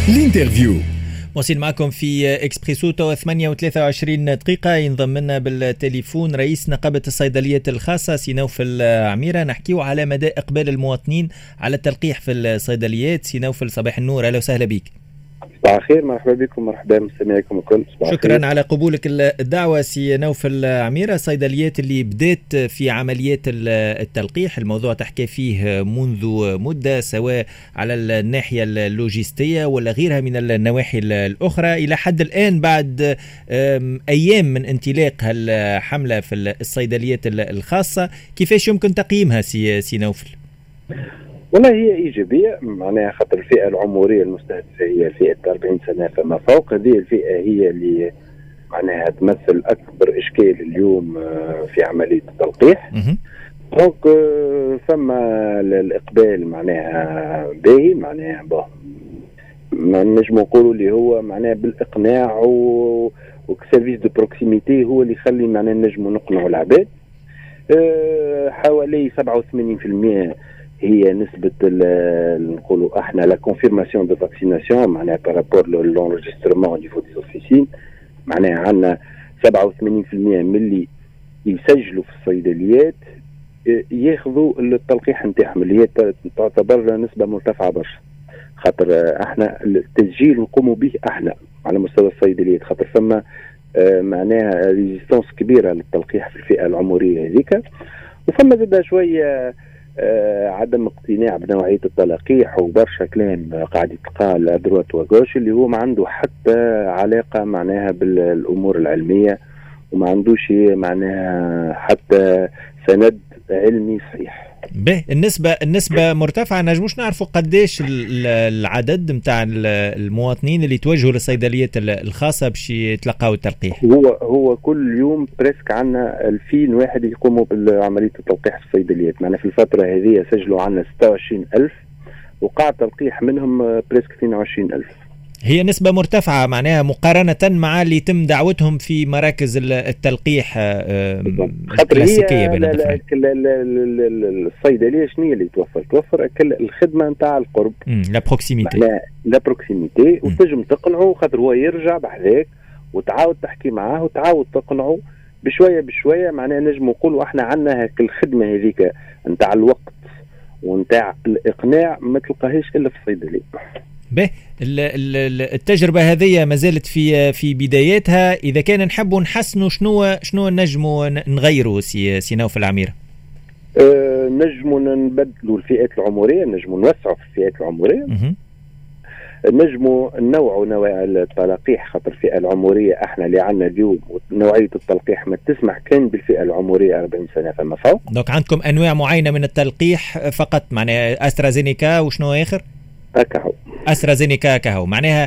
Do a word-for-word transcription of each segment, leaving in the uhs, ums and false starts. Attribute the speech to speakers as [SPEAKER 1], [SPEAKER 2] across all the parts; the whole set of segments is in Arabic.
[SPEAKER 1] الانترفيو. موصل معكم في إكسبريسو تو ثمانية وثلاثة وعشرين دقيقة. ينضم لنا بالتليفون رئيس نقابة الصيدلية الخاصة سي نوفل عميرة. نحكيو على مدى إقبال المواطنين على التلقيح في الصيدليات. سي نوفل صباح النور، أهلا وسهلا بك.
[SPEAKER 2] صباح الخير، مرحبا بكم، مرحبا بمستمعيكم الكل.
[SPEAKER 1] شكرا خير. على قبولك الدعوة سي نوفل عميرة. الصيدليات اللي بدات في عمليات التلقيح، الموضوع تحكي فيه منذ مدة، سواء على الناحية اللوجستية ولا غيرها من النواحي الأخرى. إلى حد الآن بعد أيام من انطلاق الحملة في الصيدليات الخاصة، كيفاش يمكن تقييمها سي سي نوفل؟
[SPEAKER 2] والله هي إيجابية، معناها خاطر الفئة العمرية المستهدفة هي فئة أربعين سنة فما فوق. هذه الفئة هي اللي معناها تمثل أكبر إشكال اليوم في عملية التلقيح. دونك فما الإقبال معناها باهي، معناها ما نجم نقولوا اللي هو معناها بالإقناع وكسيرفيس دو بروكسيميتي هو اللي يخلي معناها نجموا نقنعوا العباد. حوالي سبعة وثمانين بالمئة هي نسبة نقولوا احنا لا كونفيرماسيون دو فاكسيناسيون، معناها بارابور لونجسترمون او نيفو دي اوفيسين. معناها عندنا سبعة وثمانين بالمئة من اللي يسجلوا في الصيدليات ياخذوا التلقيح نتاعهم، اللي هي تعتبر نسبة مرتفعة برشا. خاطر احنا التسجيل نقوموا به احنا على مستوى الصيدليات، خاطر فما معناها ريزيستانس كبيرة للتلقيح في الفئة العمرية هذيك، وفما زاد شوية آه عدم اقتناع بنوعية التلقيح وبرشا كلام قاعد يتقال لدروات وغوش اللي هو ما عنده حتى علاقة معناها بالأمور العلمية، وما عندوش معناها حتى سند علمي صحيح.
[SPEAKER 1] به النسبة النسبة مرتفعة، نجموش نعرفوا قديش العدد متاع المواطنين اللي توجهوا للصيدليات الخاصة باش يتلقاوا التلقيح؟
[SPEAKER 2] هو هو كل يوم بريسك عنا ألفين واحد يقوموا بعملية التلقيح في الصيدليات. معنا في الفترة هذه سجلوا عنا ستة وعشرين ألف وقاع تلقيح منهم بريسك اثنين وعشرين ألف.
[SPEAKER 1] هي نسبة مرتفعة معناها مقارنة مع اللي يتم دعوتهم في مراكز التلقيح الكلاسيكية. بين
[SPEAKER 2] الصيدلية شنو اللي توفر؟ توفر الخدمة نتاع القرب،
[SPEAKER 1] لا بروكسيميتي،
[SPEAKER 2] لا بروكسيميتي، وتنجم تقنعه خاطر هو يرجع بحذاك وتعاود تحكي معاه وتعاود تقنعه بشوية بشوية. معناها نجم نقولوا احنا عندنا هاك الخدمة هذيك نتاع الوقت ونتاع الإقناع ما تلقاهاش إلا في الصيدلية.
[SPEAKER 1] به التجربة هذه ما زالت في في بداياتها. إذا كان نحبوا نحسنوا شنو شنو نجموا نغيروا سي سي نوفل عميرة؟
[SPEAKER 2] أه نجموا نبدلوا الفئات العمرية، نجموا نوسعوا في الفئات العمرية، نجموا نوعوا نوع التلقيح. خاطر الفئة العمرية احنا اللي عندنا اليوم نوعية التلقيح ما تسمح كان بالفئة العمرية أربعين سنة فما فوق.
[SPEAKER 1] دونك عندكم أنواع معينة من التلقيح فقط، معناها أسترازينيكا وشنو آخر؟
[SPEAKER 2] أكاهو
[SPEAKER 1] أسترازينيكا كهو. معناها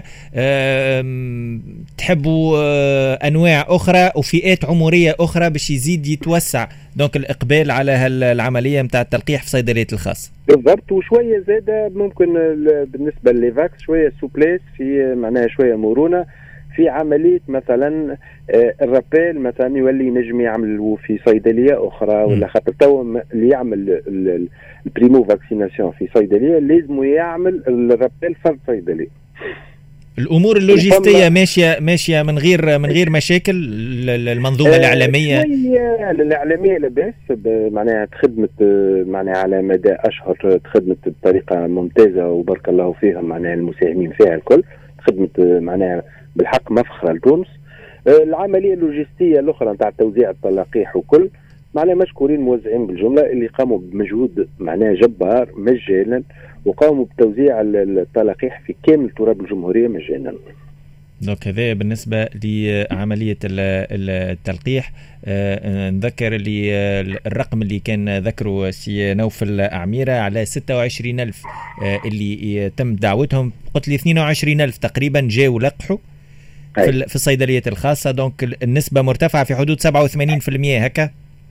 [SPEAKER 1] تحبوا أنواع أخرى وفئات عمرية أخرى باش يزيد يتوسع دونك الإقبال على العملية متاع التلقيح في صيدلية الخاص.
[SPEAKER 2] بالضبط، وشوية زادة ممكن بالنسبة للفاكس شوية سوبليس في معناها شوية مرونة في عملية مثلا الرابيل مثلا يولي نجم يعمل في صيدلية أخرى ولا خاطر تو اللي يعمل البريمو فاكسيناسيون في صيدلية لازم يعمل الرابيل في الصيدلية.
[SPEAKER 1] الأمور اللوجستية ماشية ماشية من غير من غير مشاكل. المنظومة الإعلامية
[SPEAKER 2] الإعلامية لاباس معناها تخدمت معناها على مدى أشهر، تخدمت بطريقة ممتازة وبارك الله فيهم معناها المساهمين فيها الكل، خدمت معناها بالحق مفخرة لتونس. العملية اللوجستية الأخرى نتاع توزيع التلقيح وكل معناها مشكورين موزعين بالجملة اللي قاموا بمجهود معناها جبار مجانا، وقاموا بتوزيع التلقيح في كامل تراب الجمهورية مجانا.
[SPEAKER 1] دونك هذا بالنسبة لعملية التلقيح. أه نذكر اللي الرقم اللي كان ذكره سي نوفل عميرة على ستة وعشرين ألف أه اللي تم دعوتهم. قلت لي اثنين وعشرين ألف تقريبا جاوا لقحوا في, في الصيدلية الخاصة. دونك النسبة مرتفعة في حدود سبعة وثمانين بالمئة هكا.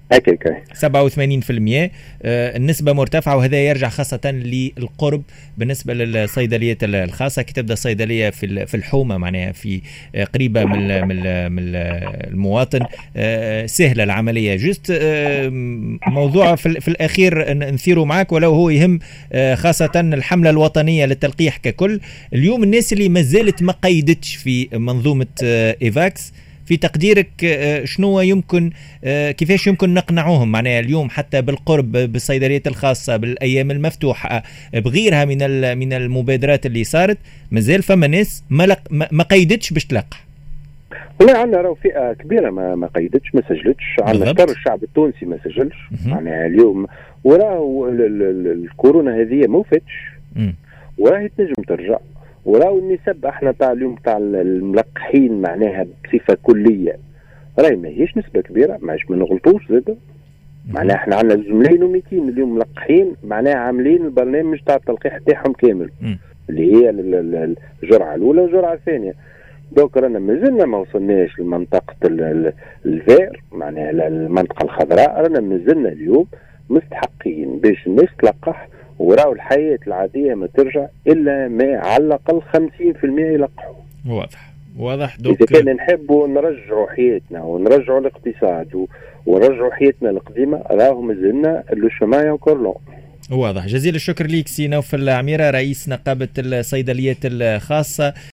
[SPEAKER 2] هكاك
[SPEAKER 1] سبعة وثمانين بالمئة. آه النسبة مرتفعة، وهذا يرجع خاصة للقرب بالنسبة للصيدليات الخاصة. كي تبدا صيدلية في في الحومة معناها في آه قريبة من من من المواطن، آه سهلة العملية. جست آه موضوع في, في الأخير نثيره معك ولو هو يهم، آه خاصة الحملة الوطنية للتلقيح ككل. اليوم الناس اللي ما زالت ما قيدتش في منظومة آه إيفاكس، في تقديرك شنو يمكن كيفاش يمكن نقنعوهم معناها اليوم حتى بالقرب بالصيدليات الخاصة بالأيام المفتوحة بغيرها من من المبادرات اللي صارت، مازال فما ناس ما ما قيدتش باش تلقح؟
[SPEAKER 2] والله عندنا راهو فئة كبيرة ما ما قيدتش ما سجلتش. عندنا كثر الشعب التونسي ما سجلش معناها اليوم، وراهو الكورونا هذه ما وفتش وراهي تنجم ترجع. وراو النسب احنا تاع اليوم تاع الملقحين معناها بصفه كليه راهي ما هيش نسبه كبيره، ماش ما نغلطوش زاد. معناها احنا عندنا مليون ومئتين اليوم ملقحين معناها عاملين البرنامج تاع التلقيح تاعهم كامل، م. اللي هي الجرعه الاولى والجرعه الثانيه. دوك رانا مازلنا ما وصلناش لمنطقه الفير معناها المنطقه الخضراء، رانا مازلنا اليوم مستحقين باش الناس تلقح، وراو الحياة العادية ما ترجع إلا ما على الأقل خمسين بالمئة يلقحوا.
[SPEAKER 1] واضح واضح.
[SPEAKER 2] دوك إذا كان نحبوا نرجعوا حياتنا ونرجعوا الاقتصاد ونرجعوا حياتنا القديمة، راهو مازلنا لو شومان انكور لون.
[SPEAKER 1] واضح. جزيل الشكر ليك سي نوفل عميرة، رئيس نقابة الصيدليات الخاصة.